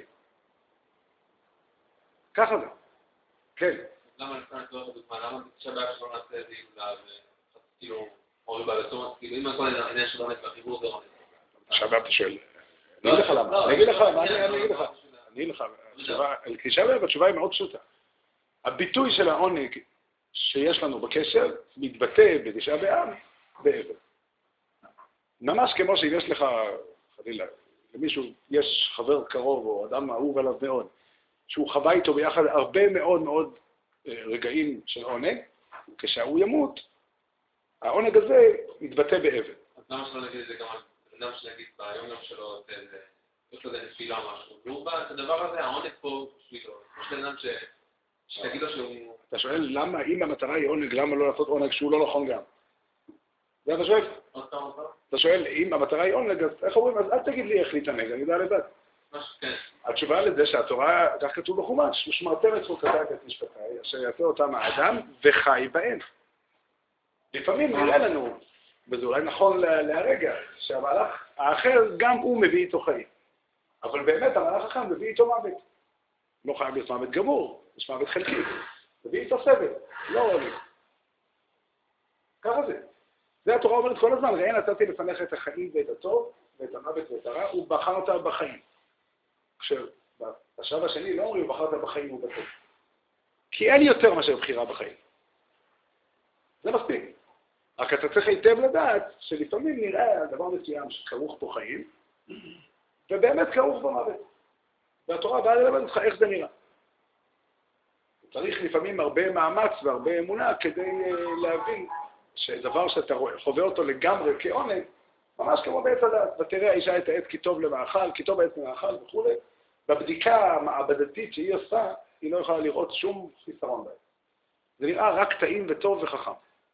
ככה זה. כן. למה אני כאן לא דוגמה, למה שבא שלא נעשה את זה כאילו, אורי בעלתו, כאילו אם הכל העניין של עונג והחיבור זה עונג. עכשיו אתה שואל, אני אגיד לך למה, אני אגיד לך, אני אגיד לך, אני אגיד לך, התשובה היא מאוד פשוטה. הביטוי של העונג שיש לנו בקשר מתבטא בתשעה באב באבל. ממש כמו שאם יש לך, חלילה, למישהו יש חבר קרוב או אדם אהוב עליו מאוד, שהוא חווה איתו ביחד הרבה מאוד מאוד רגעים של עונג, כשהוא ימות, העונג הזה מתבטא באבל. אז למה שלא נגיד את זה גם על אדם שנגיד ביום יום שלו, יש לו איזה נפילה או משהו, והוא בא את הדבר הזה, העונג פה בשבילו. יש לאדם ש... שתגיד לו שהוא... אתה שואל למה, אם המטרה היא עונג, למה לא לעשות עונג שהוא לא נכון גם? זה אתה שואל? אתה שואל, אם המטרה היא עונג, אז איך אומרים? אז אל תגיד לי איך להתענג, אני יודע לבד. התשובה לזה שהתורה, כך כתוב בחומש, ושמרתם את חוקותיי ואת משפטיי, אשר יעשה אותם האדם וחי בהם. לפעמים נראה לנו, וזה אולי נכון להרגע, שהמהלך האחר גם הוא מביא איתו חיים. אבל באמת המהלך האחר מביא איתו מוות. לא חייב להיות מוות גמור, יש מוות חלקי. מביא איתו סבל, לא עונג. ככה זה. זה התורה אומרת כל הזמן, ראה נתתי לפניך את החיים ואת הטוב, ואת המוות ואת הרע, הוא בחר אותה בחיים. כשבשלב השני לא אומרים, הוא בחר אותה בחיים ובטוב. כי אין יותר מאשר בחירה בחיים. זה מספיק. רק אתה צריך היטב לדעת שלפעמים נראה דבר מסוים שכרוך פה חיים, ובאמת כרוך במוות. והתורה באה ללמד אותך איך זה נראה. צריך לפעמים הרבה מאמץ והרבה אמונה כדי להבין שדבר שאתה חווה אותו לגמרי כעונג, ממש כמו בעץ הדעת. ותראה האישה את העץ כי טוב למאכל, כי טוב העץ למאכל וכו'. בבדיקה המעבדתית שהיא עושה, היא לא יכולה לראות שום חיסרון בהם. זה נראה רק טעים וטוב וחכם.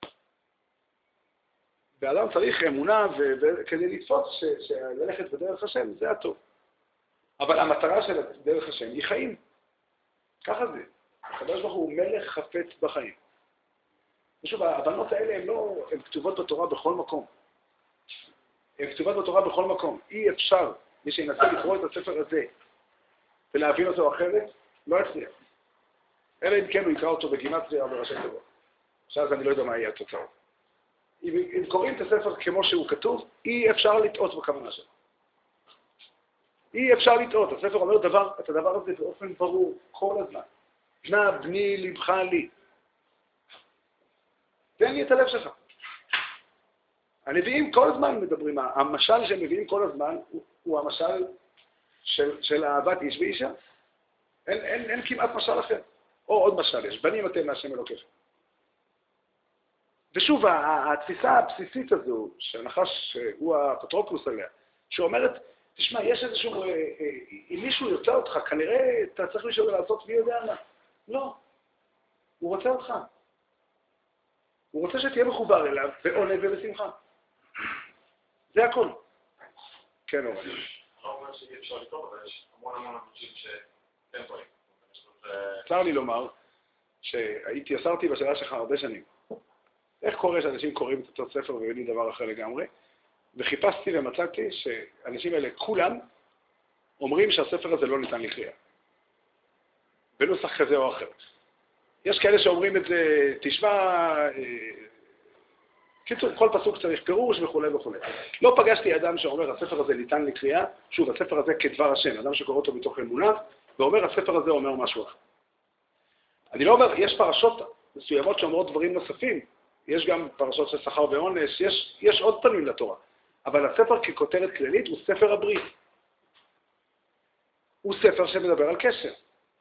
ואדם צריך אמונה וכדי לתפוס שללכת בדרך השם זה הטוב. אבל המטרה של דרך השם היא חיים. ככה זה. הקדוש ברוך הוא מלך חפץ בחיים. ושוב, ההבנות האלה הן לא, הן כתובות בתורה בכל מקום. הן כתובות בתורה בכל מקום. אי אפשר, מי שינסה לקרוא את הספר הזה ולהבין אותו אחרת, לא יצליח. אלא אם כן הוא יקרא אותו בגימטריה או בראשי תיבות. עכשיו אני לא יודע מה יהיה התוצאות. אם קוראים את הספר כמו שהוא כתוב, אי אפשר לטעות בכוונה שלו. אי אפשר לטעות. הספר אומר דבר, את הדבר הזה באופן ברור, כל הזמן. נא בני לבך לי. תן לי את הלב שלך. הנביאים כל הזמן מדברים, המשל שהם מביאים כל הזמן הוא, הוא המשל של, של אהבת איש ואישה. אין, אין, אין כמעט משל אחר. או עוד משל יש, בנים אתם מהשם אלוקיכם. ושוב, התפיסה הבסיסית הזו, שהנחש הוא האפוטרופוס עליה, שאומרת, תשמע, יש איזשהו, אם מישהו יוצא אותך, כנראה אתה צריך לשאול לעשות מי יודע מה. לא, הוא רוצה אותך. הוא רוצה שתהיה מחובר אליו, בעונג ובשמחה. זה הכל. כן, אורן. אני לא אומר שאי אפשר לטוב, אבל יש המון המון אנשים שהם טועים. צר לי לומר שהייתי אסרתי בשאלה שלך הרבה שנים. איך קורה שאנשים קוראים את אותו ספר ויודעים דבר אחר לגמרי? וחיפשתי ומצאתי שאנשים האלה כולם אומרים שהספר הזה לא ניתן לקריאה. בנוסח כזה או אחר. יש כאלה שאומרים את זה, תשמע, קיצור, כל פסוק צריך פירוש וכו' וכו'. לא פגשתי אדם שאומר, הספר הזה ניתן לקריאה, שוב, הספר הזה כדבר השם, אדם שקורא אותו מתוך אמונה, ואומר, הספר הזה אומר משהו אחר. אני לא אומר, יש פרשות מסוימות שאומרות דברים נוספים, יש גם פרשות של שכר ועונש, יש, יש עוד פנים לתורה, אבל הספר ככותרת כללית הוא ספר הברית. הוא ספר שמדבר על קשר.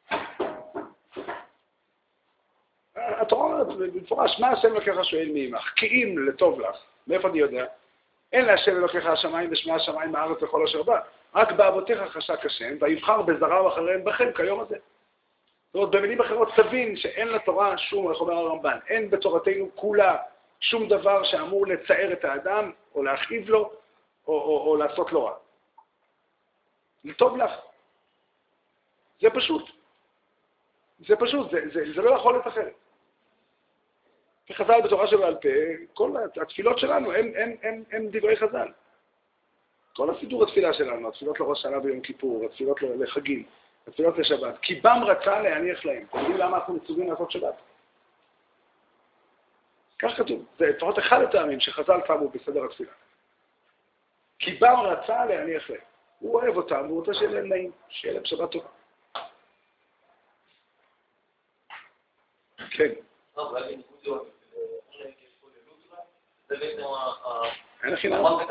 התורה אומרת במפורש, מה השם אלוקיך שואל מעמך? כי אם לטוב לך, מאיפה אני יודע? אין להשם אלוקיך השמיים ושמי השמיים הארץ וכל אשר בא. רק באבותיך חשק השם, ויבחר בזרעו אחריהם בכם כיום הזה. זאת אומרת, במילים אחרות תבין שאין לתורה שום, איך אומר הרמב"ן, אין בתורתנו כולה שום דבר שאמור לצער את האדם, או להכאיב לו, או, או, או לעשות לו רע. זה טוב לך. זה פשוט. זה פשוט, זה, זה, זה לא יכול להיות אחרת. וחז"ל בתורה שבעל פה, כל התפילות שלנו הם, הם, הם, הם דברי חז"ל. כל הסידור התפילה שלנו, התפילות לראש שנה ביום כיפור, התפילות לחגים, התפילות לשבת, כי בם רצה להניח להם. אתם יודעים למה אנחנו מצווים לעשות שבת? כך כתוב, זה לפחות אחד הטעמים שחז"ל שמו בסדר התפילה. כי בם רצה להניח להם. הוא אוהב אותם, הוא רוצה שיהיה להם נעים, שיהיה להם שבת טובה. כן. אין הכי נעמוד.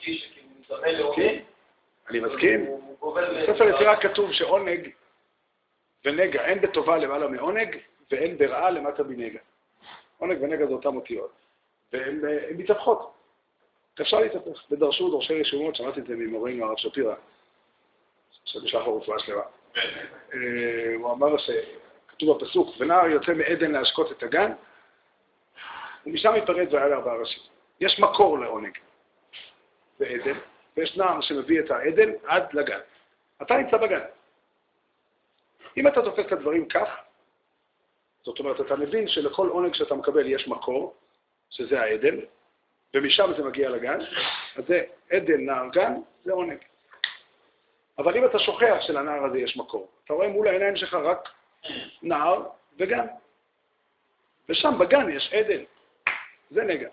אני מסכים. בספר יצירה כתוב שעונג ונגע, אין בטובה למעלה מעונג ואין ברעה למטה מנגע. עונג ונגע זה אותם אותיות, והן מתהפכות. אפשר להתהפך. ודרשו דורשי רשומות, שמעתי את זה ממורנו הרב שפירא, שבשלח לו רפואה שלמה. הוא אמר שכתוב בפסוק, ונער יוצא מעדן להשקות את הגן, ומשם יפרד והיה לארבעה ראשים. יש מקור לעונג בעדן, ויש נער שמביא את העדן עד לגן. אתה נמצא בגן. אם אתה תופס את הדברים כך, זאת אומרת, אתה מבין שלכל עונג שאתה מקבל יש מקור, שזה העדן, ומשם זה מגיע לגן, אז זה עדן, נער, גן, זה עונג. אבל אם אתה שוכח שלנער הזה יש מקור, אתה רואה מול העיניים שלך רק נער וגן. ושם בגן יש עדן. זה נגע.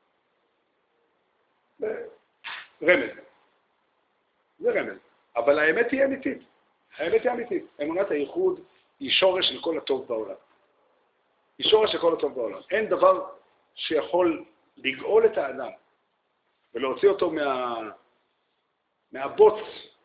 זה רמז. זה רמז. אבל האמת היא אמיתית. האמת היא אמיתית. אמונת הייחוד היא שורש של כל הטוב בעולם. היא שורש של כל הטוב בעולם. אין דבר שיכול לגאול את האדם ולהוציא אותו מה... מהבוץ,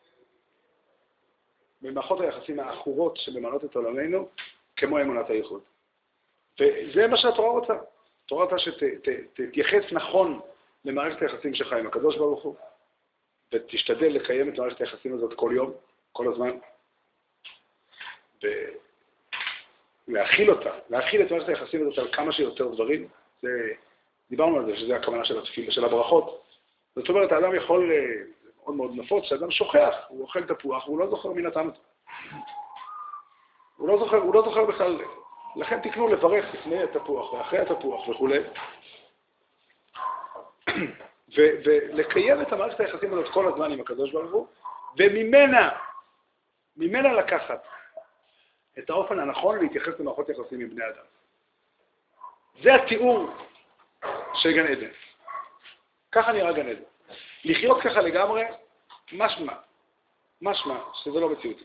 ממערכות היחסים האחורות שממלאות את עולמנו, כמו אמונת הייחוד. וזה מה שהתורה רוצה. התורה רוצה שתתייחס נכון למערכת היחסים שלך עם הקדוש ברוך הוא, ותשתדל לקיים את מערכת היחסים הזאת כל יום, כל הזמן, ולהכיל אותה, להכיל את מערכת היחסים הזאת על כמה שיותר דברים. זה, דיברנו על זה, שזה הכוונה של התפילה, של הברכות. זאת אומרת, האדם יכול, מאוד מאוד נפוץ, שהאדם שוכח, הוא אוכל תפוח, והוא לא זוכר מי נתן אותו. הוא לא זוכר, הוא לא זוכר בכלל. לכן תקנו לברך לפני התפוח ואחרי התפוח וכו'. ולקיים את המערכת היחסים הזאת כל הזמן עם הקדוש ברוך הוא, וממנה, ממנה לקחת את האופן הנכון להתייחס למערכות יחסים עם בני אדם. זה התיאור של גן עדן. ככה נראה גן עדן. לחיות ככה לגמרי, משמע, משמע שזה לא מציאותי.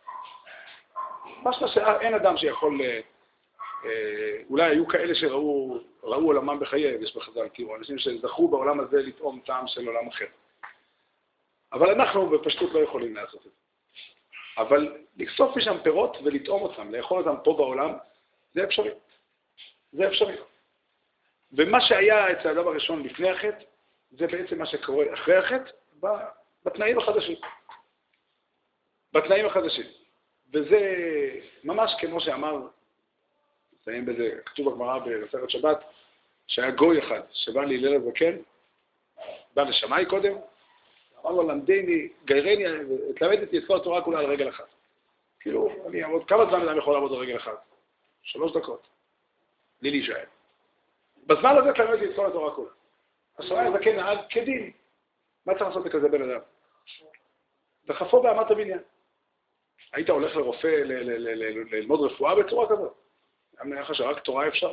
משמע שאין אדם שיכול, אולי היו כאלה שראו ראו עולמם בחייהם, יש בחז"ל, כאילו, אנשים שזכו בעולם הזה לטעום טעם של עולם אחר. אבל אנחנו בפשטות לא יכולים לעשות את זה. אבל לקסוף משם פירות ולטעום אותם, לאכול אותם פה בעולם, זה אפשרי. זה אפשרי. ומה שהיה אצל האדם הראשון לפני החטא, זה בעצם מה שקורה אחרי החטא, בתנאים החדשים. בתנאים החדשים. וזה ממש כמו שאמר, נסיים בזה, כתוב בגמרא במסכת שבת, שהיה גוי אחד שבא להלל הזקן, בא לשמאי קודם, אמר לו, למדני, גיירני, תלמדתי את כל התורה כולה על רגל אחת. כאילו, אני אעמוד, כמה זמן אדם יכול לעמוד על רגל אחת? שלוש דקות. לי להישאר. בזמן הזה תלמדתי את כל התורה כולה. השמאי הזקן נהג כדין. מה צריך לעשות בכזה בן אדם? דחפו באמת הבניין. היית הולך לרופא ללמוד רפואה בצורה כזאת? גם נראה לך שרק תורה אפשר.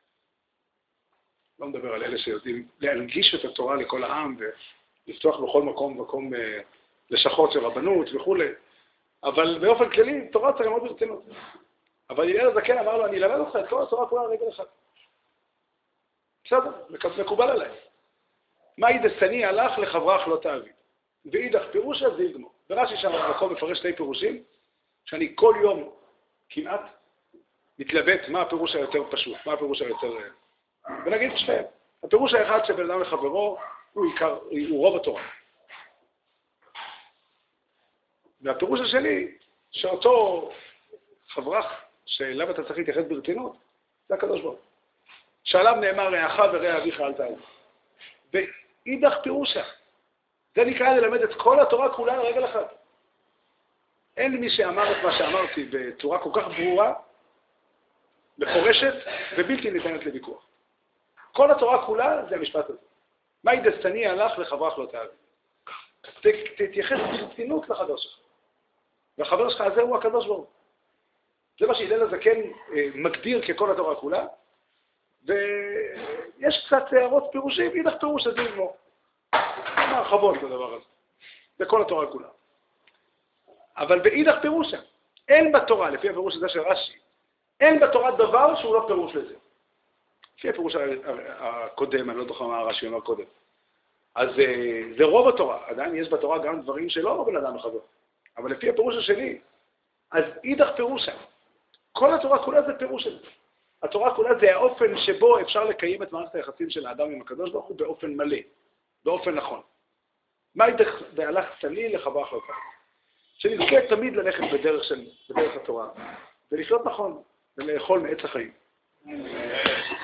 לא מדבר על אלה שיודעים להנגיש את התורה לכל העם ולפתוח בכל מקום מקום לשכות של רבנות וכו'. אבל באופן כללי, תורה צריך ללמוד ברצינות. אבל הלל הזקן אמר לו, אני אלמד אותך את כל התורה כולה על רגל אחד. בסדר, מקובל עליי. מאי דשני הלך לחברך לא תעביד. ואידך פירושה זה יגמור. ורש"י שם במקום מפרש שתי פירושים, שאני כל יום כמעט מתלבט מה הפירוש היותר פשוט, מה הפירוש היותר... ונגיד את שניהם. הפירוש האחד שבן אדם לחברו הוא, עיקר, הוא רוב התורה. והפירוש השני, שאותו חברך שאליו אתה צריך להתייחס ברצינות, זה הקדוש ברוך הוא. שעליו נאמר רעך ורע אביך אל תעז. ואידך פירושה. זה נקרא ללמד את כל התורה כולה על רגל אחת. אין מי שאמר את מה שאמרתי בצורה כל כך ברורה, מפורשת ובלתי ניתנת לוויכוח. כל התורה כולה זה המשפט הזה. מאי דשטני הלך וחברך לא תאהב. תתייחס ברצינות לחבר שלך. והחבר שלך הזה הוא הקדוש ברוך הוא. זה מה שהלל הזקן מגדיר ככל התורה כולה, ויש קצת הערות פירושים, אידך פירוש הזה לגמור. מה הרחבות לדבר הזה? זה כל התורה כולה. אבל באידך פירושה, אין בתורה, לפי הפירוש הזה של רש"י, אין בתורה דבר שהוא לא פירוש לזה. לפי הפירוש הקודם, אני לא זוכר מה רש"י אמר קודם. אז זה רוב התורה, עדיין יש בתורה גם דברים שלא בן אדם מחבר. אבל לפי הפירוש השני, אז אידך פירושה. כל התורה כולה זה פירוש של זה. התורה כולה זה האופן שבו אפשר לקיים את מערכת היחסים של האדם עם הקדוש ברוך הוא באופן מלא, באופן נכון. מה אידך והלך שטני לחברך לא תאהב. שנזכה תמיד ללכת בדרך של, בדרך התורה, ולחיות נכון, ולאכול מעץ החיים.